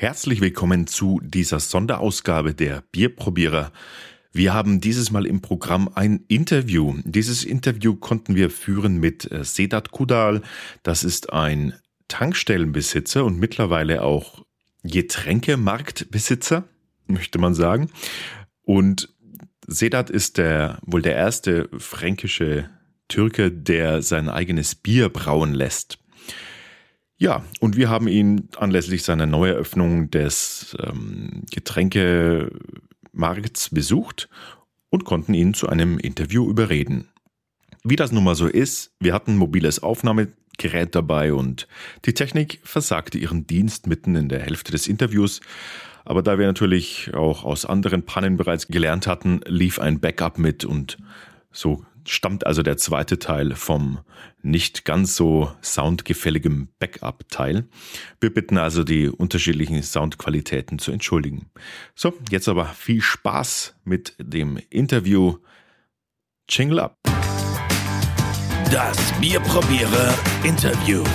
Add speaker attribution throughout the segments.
Speaker 1: Herzlich willkommen zu dieser Sonderausgabe der Bierprobierer. Wir haben dieses Mal im Programm ein Interview. Dieses Interview konnten wir führen mit Sedat Kudal. Das ist ein Tankstellenbesitzer und mittlerweile auch Getränkemarktbesitzer, möchte man sagen. Und Sedat ist wohl der erste fränkische Türke, der sein eigenes Bier brauen lässt. Ja, und wir haben ihn anlässlich seiner Neueröffnung des Getränkemarkts besucht und konnten ihn zu einem Interview überreden. Wie das nun mal so ist, wir hatten ein mobiles Aufnahmegerät dabei und die Technik versagte ihren Dienst mitten in der Hälfte des Interviews. Aber da wir natürlich auch aus anderen Pannen bereits gelernt hatten, lief ein Backup mit und so stammt also der zweite Teil vom nicht ganz so soundgefälligen Backup-Teil. Wir bitten also, die unterschiedlichen Soundqualitäten zu entschuldigen. So, jetzt aber viel Spaß mit dem Interview. Jingle up!
Speaker 2: Das Bierprobierer-Interview.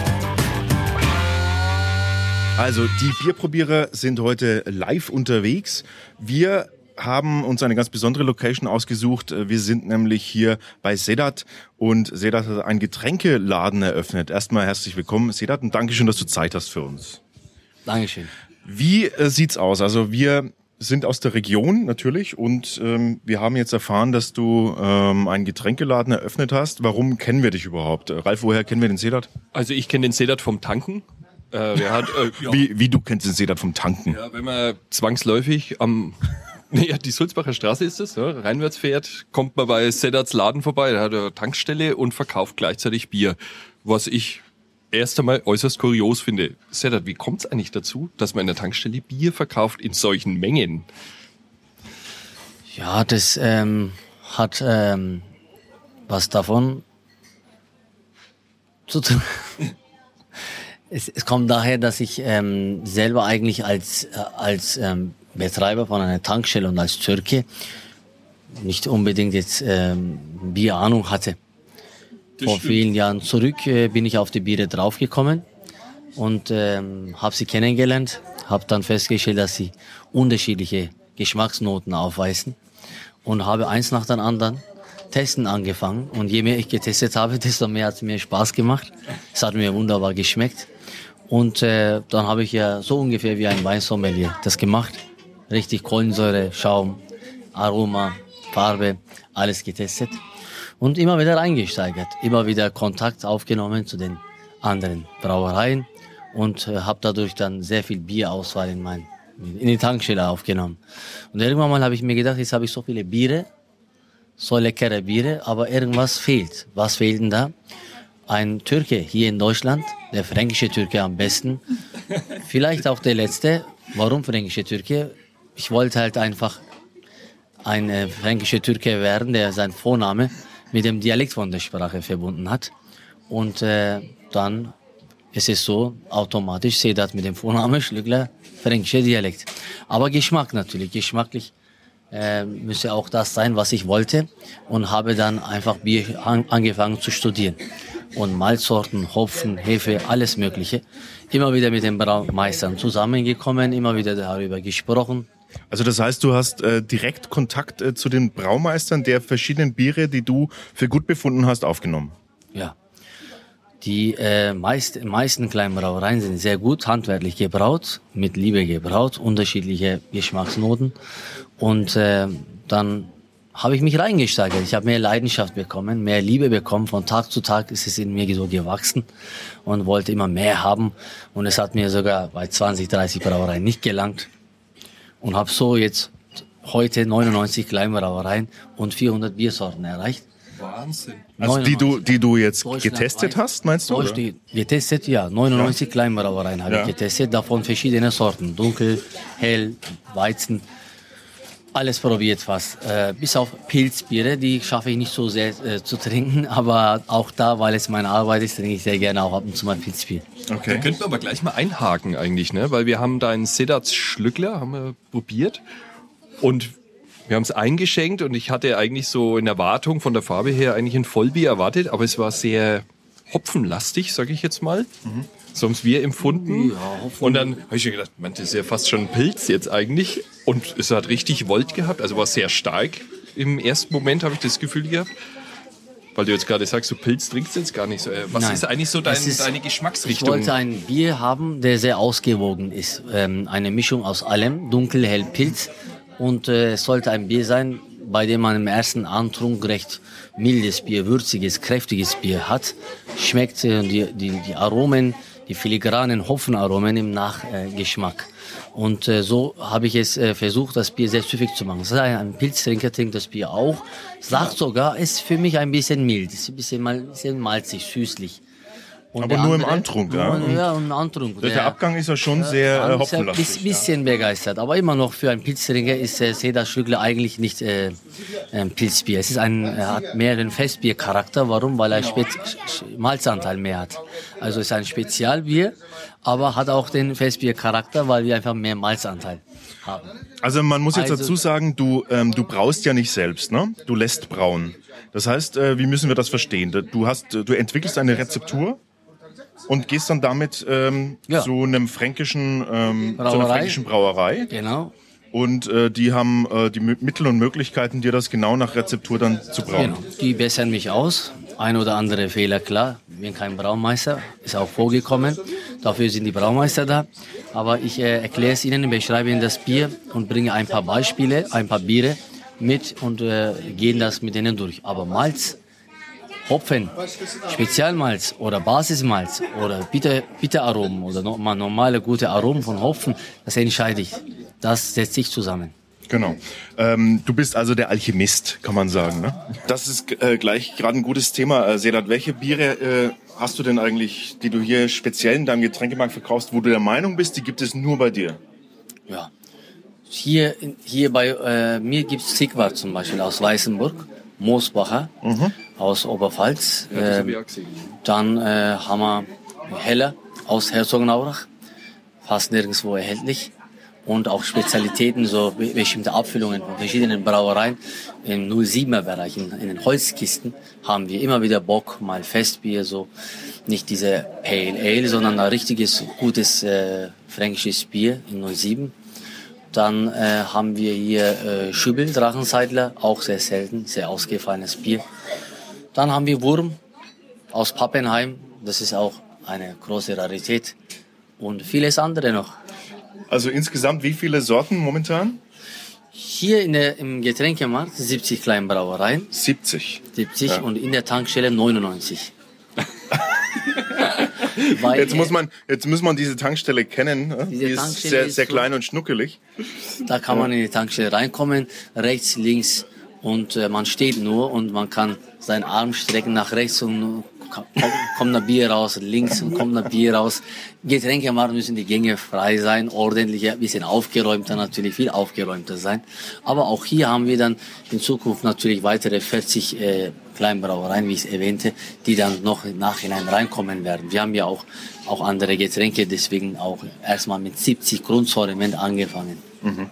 Speaker 1: Also, die Bierprobierer sind heute live unterwegs. Wir haben uns eine ganz besondere Location ausgesucht. Wir sind nämlich hier bei Sedat und Sedat hat einen Getränkeladen eröffnet. Erstmal herzlich willkommen, Sedat, und Dankeschön, dass du Zeit hast für uns.
Speaker 3: Dankeschön.
Speaker 1: Wie sieht's aus? Also wir sind aus der Region natürlich und wir haben jetzt erfahren, dass du einen Getränkeladen eröffnet hast. Warum kennen wir dich überhaupt? Ralf, woher kennen wir den Sedat?
Speaker 4: Also ich kenne den Sedat vom Tanken.
Speaker 1: Ja. Wie du kennst den Sedat vom Tanken?
Speaker 4: Ja, wenn man zwangsläufig die Sulzbacher Straße ist es, ja, reinwärts fährt, kommt man bei Sedats Laden vorbei, der hat eine Tankstelle und verkauft gleichzeitig Bier, was ich erst einmal äußerst kurios finde. Sedat, wie kommt es eigentlich dazu, dass man in der Tankstelle Bier verkauft in solchen Mengen?
Speaker 3: Ja, das hat was davon zu tun. Es kommt daher, dass ich selber eigentlich als Betreiber von einer Tankstelle und als Türke nicht unbedingt jetzt Bierahnung hatte. Vor vielen Jahren zurück bin ich auf die Biere draufgekommen und habe sie kennengelernt, habe dann festgestellt, dass sie unterschiedliche Geschmacksnoten aufweisen und habe eins nach dem anderen testen angefangen. Und je mehr ich getestet habe, desto mehr hat es mir Spaß gemacht. Es hat mir wunderbar geschmeckt. Und dann habe ich ja so ungefähr wie ein Weinsommelier das gemacht. Richtig Kohlensäure, Schaum, Aroma, Farbe, alles getestet. Und immer wieder reingesteigert. Immer wieder Kontakt aufgenommen zu den anderen Brauereien. Und habe dadurch dann sehr viel Bierauswahl in die Tankstelle aufgenommen. Und irgendwann mal habe ich mir gedacht, jetzt habe ich so viele Biere, so leckere Biere, aber irgendwas fehlt. Was fehlt denn da? Ein Türke hier in Deutschland, der fränkische Türke am besten. Vielleicht auch der letzte. Warum fränkische Türke? Ich wollte halt einfach ein fränkischer Türke werden, der seinen Vorname mit dem Dialekt von der Sprache verbunden hat. Und dann ist es so, automatisch Sedat mit dem Vornamen Schlückler, fränkischer Dialekt. Aber Geschmack natürlich, geschmacklich müsse auch das sein, was ich wollte. Und habe dann einfach Bier angefangen zu studieren. Und Malzsorten, Hopfen, Hefe, alles Mögliche. Immer wieder mit den Braumeistern zusammengekommen, immer wieder darüber gesprochen.
Speaker 1: Also das heißt, du hast direkt Kontakt zu den Braumeistern der verschiedenen Biere, die du für gut befunden hast, aufgenommen?
Speaker 3: Ja. Die meisten kleinen Brauereien sind sehr gut handwerklich gebraut, mit Liebe gebraut, unterschiedliche Geschmacksnoten. Und dann habe ich mich reingesteigert. Ich habe mehr Leidenschaft bekommen, mehr Liebe bekommen. Von Tag zu Tag ist es in mir so gewachsen und wollte immer mehr haben. Und es hat mir sogar bei 20, 30 Brauereien nicht gelangt. Und habe so jetzt heute 99 Kleinbrauereien und 400 Biersorten erreicht.
Speaker 4: Wahnsinn.
Speaker 1: Also die du jetzt getestet hast, meinst du?
Speaker 3: Getestet, ja. 99 Kleinbrauereien habe ich getestet, davon verschiedene Sorten. Dunkel, hell, Weizen. Alles probiert fast. Bis auf Pilzbiere, die schaffe ich nicht so sehr zu trinken. Aber auch da, weil es meine Arbeit ist, trinke ich sehr gerne auch ab und zu mal Pilzbier.
Speaker 4: Okay. Da könnten wir aber gleich mal einhaken eigentlich, ne? Weil wir haben deinen Sedats Schlückler, haben wir probiert. Und wir haben es eingeschenkt und ich hatte eigentlich so in Erwartung von der Farbe her eigentlich ein Vollbier erwartet. Aber es war sehr hopfenlastig, sage ich jetzt mal. So haben es wir empfunden.
Speaker 3: Ja, hoffentlich.
Speaker 4: Und dann habe ich mir gedacht, man, das ist ja fast schon ein Pilz jetzt eigentlich. Und es hat richtig Volt gehabt, also war sehr stark. Im ersten Moment habe ich das Gefühl gehabt. Weil du jetzt gerade sagst, du Pilz trinkst jetzt gar nicht so. Was
Speaker 3: Nein.
Speaker 4: ist eigentlich so deine Geschmacksrichtung?
Speaker 3: Ich wollte ein Bier haben, der sehr ausgewogen ist. Eine Mischung aus allem, dunkel, hell, Pilz. Und es sollte ein Bier sein, bei dem man im ersten Antrunk recht mildes Bier, würziges, kräftiges Bier hat. Schmeckt die Aromen, die filigranen Hopfenaromen im Nachgeschmack. Und so habe ich es versucht, das Bier sehr süffig zu machen. Ein Pilztrinker trinkt das Bier auch. Sagt sogar, ist für mich ein bisschen mild, ist ein bisschen malzig, süßlich. Und
Speaker 1: aber nur im Antrunk, ja?
Speaker 3: Ja, im Antrunk.
Speaker 1: Der Abgang ist ja schon sehr hopfenlastig.
Speaker 3: Ein bisschen begeistert, aber immer noch für einen Pilztrinker ist Cedar Schlückler eigentlich nicht ein Pilzbier. Es ist hat mehr den Festbiercharakter. Warum? Weil er Malzanteil mehr hat. Also es ist ein Spezialbier, aber hat auch den Festbiercharakter, weil wir einfach mehr Malzanteil haben.
Speaker 1: Also man muss jetzt dazu sagen, du braust ja nicht selbst, ne? Du lässt brauen. Das heißt, wie müssen wir das verstehen? Du entwickelst eine Rezeptur und gehst dann damit zu einer fränkischen Brauerei.
Speaker 3: Genau.
Speaker 1: Und die haben die Mittel und Möglichkeiten, dir das genau nach Rezeptur dann zu brauen.
Speaker 3: Genau. Die bessern mich aus. Ein oder andere Fehler, klar. Ich bin kein Braumeister, ist auch vorgekommen. Dafür sind die Braumeister da. Aber ich erkläre es Ihnen, beschreibe Ihnen das Bier und bringe ein paar Beispiele, ein paar Biere mit und gehen das mit denen durch. Aber Malz, Hopfen, Spezialmalz oder Basismalz oder Bitteraromen oder normale gute Aromen von Hopfen, das entscheide ich. Das setzt sich zusammen.
Speaker 1: Genau. Du bist also der Alchemist, kann man sagen. Ne? Das ist gleich gerade ein gutes Thema. Sedat, welche Biere hast du denn eigentlich, die du hier speziell in deinem Getränkemarkt verkaufst, wo du der Meinung bist, die gibt es nur bei dir?
Speaker 3: Ja. Hier bei mir gibt es Sigwart zum Beispiel aus Weißenburg, Moosbacher aus Oberpfalz.
Speaker 4: Ja, das habe ich auch gesehen.
Speaker 3: Dann haben wir Heller aus Herzogenaurach, fast nirgendwo erhältlich. Und auch Spezialitäten, so bestimmte Abfüllungen von verschiedenen Brauereien im 07er-Bereich, in den Holzkisten, haben wir immer wieder Bock, mal Festbier, so nicht diese Pale Ale, sondern ein richtiges, gutes fränkisches Bier in 07. Dann haben wir hier Schübbel, Drachenseidler, auch sehr selten, sehr ausgefallenes Bier. Dann haben wir Wurm aus Pappenheim, das ist auch eine große Rarität. Und vieles andere noch.
Speaker 1: Also insgesamt wie viele Sorten momentan?
Speaker 3: Hier im Getränkemarkt 70 kleinen Brauereien.
Speaker 1: 70.
Speaker 3: Ja. Und in der Tankstelle 99.
Speaker 1: Jetzt muss man diese Tankstelle kennen. Die ist sehr, sehr klein und schnuckelig.
Speaker 3: Da kann man in die Tankstelle reinkommen, rechts, links und man steht nur und man kann seinen Arm strecken nach rechts und kommt ein Bier raus, links und kommt ein Bier raus. Getränkemarkt müssen die Gänge frei sein, ordentlicher, ein bisschen aufgeräumter, natürlich viel aufgeräumter sein. Aber auch hier haben wir dann in Zukunft natürlich weitere 40 Kleinbrauereien, wie ich es erwähnte, die dann noch im Nachhinein reinkommen werden. Wir haben ja auch andere Getränke, deswegen auch erstmal mit 70 Grundsortiment angefangen.
Speaker 1: Mhm.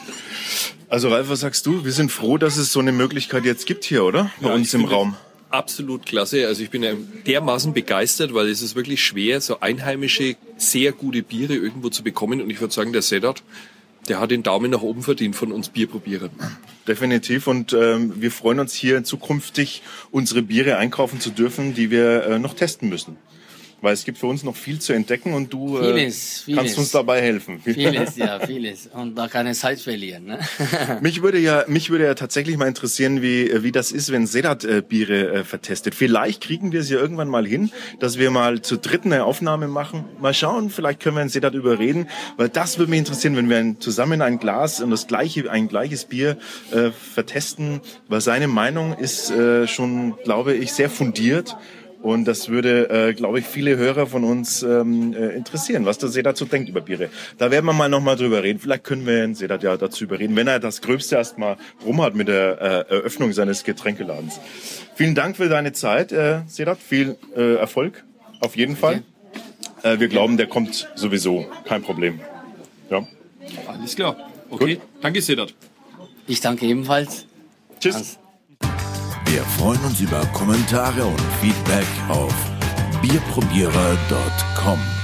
Speaker 1: Also Ralf, was sagst du? Wir sind froh, dass es so eine Möglichkeit jetzt gibt hier, oder? Bei uns im Raum.
Speaker 4: Absolut klasse. Also ich bin dermaßen begeistert, weil es ist wirklich schwer, so einheimische, sehr gute Biere irgendwo zu bekommen. Und ich würde sagen, der Sedat, der hat den Daumen nach oben verdient von uns Bierprobierern.
Speaker 1: Definitiv. Und wir freuen uns hier zukünftig, unsere Biere einkaufen zu dürfen, die wir noch testen müssen. Weil es gibt für uns noch viel zu entdecken und du kannst uns dabei helfen.
Speaker 3: Vieles. Und da keine Zeit verlieren. Ne?
Speaker 1: Mich würde ja tatsächlich mal interessieren, wie das ist, wenn Sedat Biere vertestet. Vielleicht kriegen wir es ja irgendwann mal hin, dass wir mal zu dritt eine Aufnahme machen. Mal schauen, vielleicht können wir einen Sedat überreden. Weil das würde mich interessieren, wenn wir zusammen ein Glas und ein gleiches Bier vertesten. Weil seine Meinung ist schon, glaube ich, sehr fundiert. Und das würde, glaube ich, viele Hörer von uns interessieren, was der Sedat so denkt über Biere. Da werden wir mal nochmal drüber reden. Vielleicht können wir den Sedat ja dazu überreden, wenn er das Gröbste erstmal rum hat mit der Eröffnung seines Getränkeladens. Vielen Dank für deine Zeit, Sedat. Viel Erfolg, auf jeden Fall. Wir glauben, der kommt sowieso. Kein Problem. Ja.
Speaker 4: Alles klar. Okay, gut. Danke, Sedat.
Speaker 3: Ich danke ebenfalls.
Speaker 1: Tschüss.
Speaker 2: Wir freuen uns über Kommentare und Feedback auf bierprobierer.com.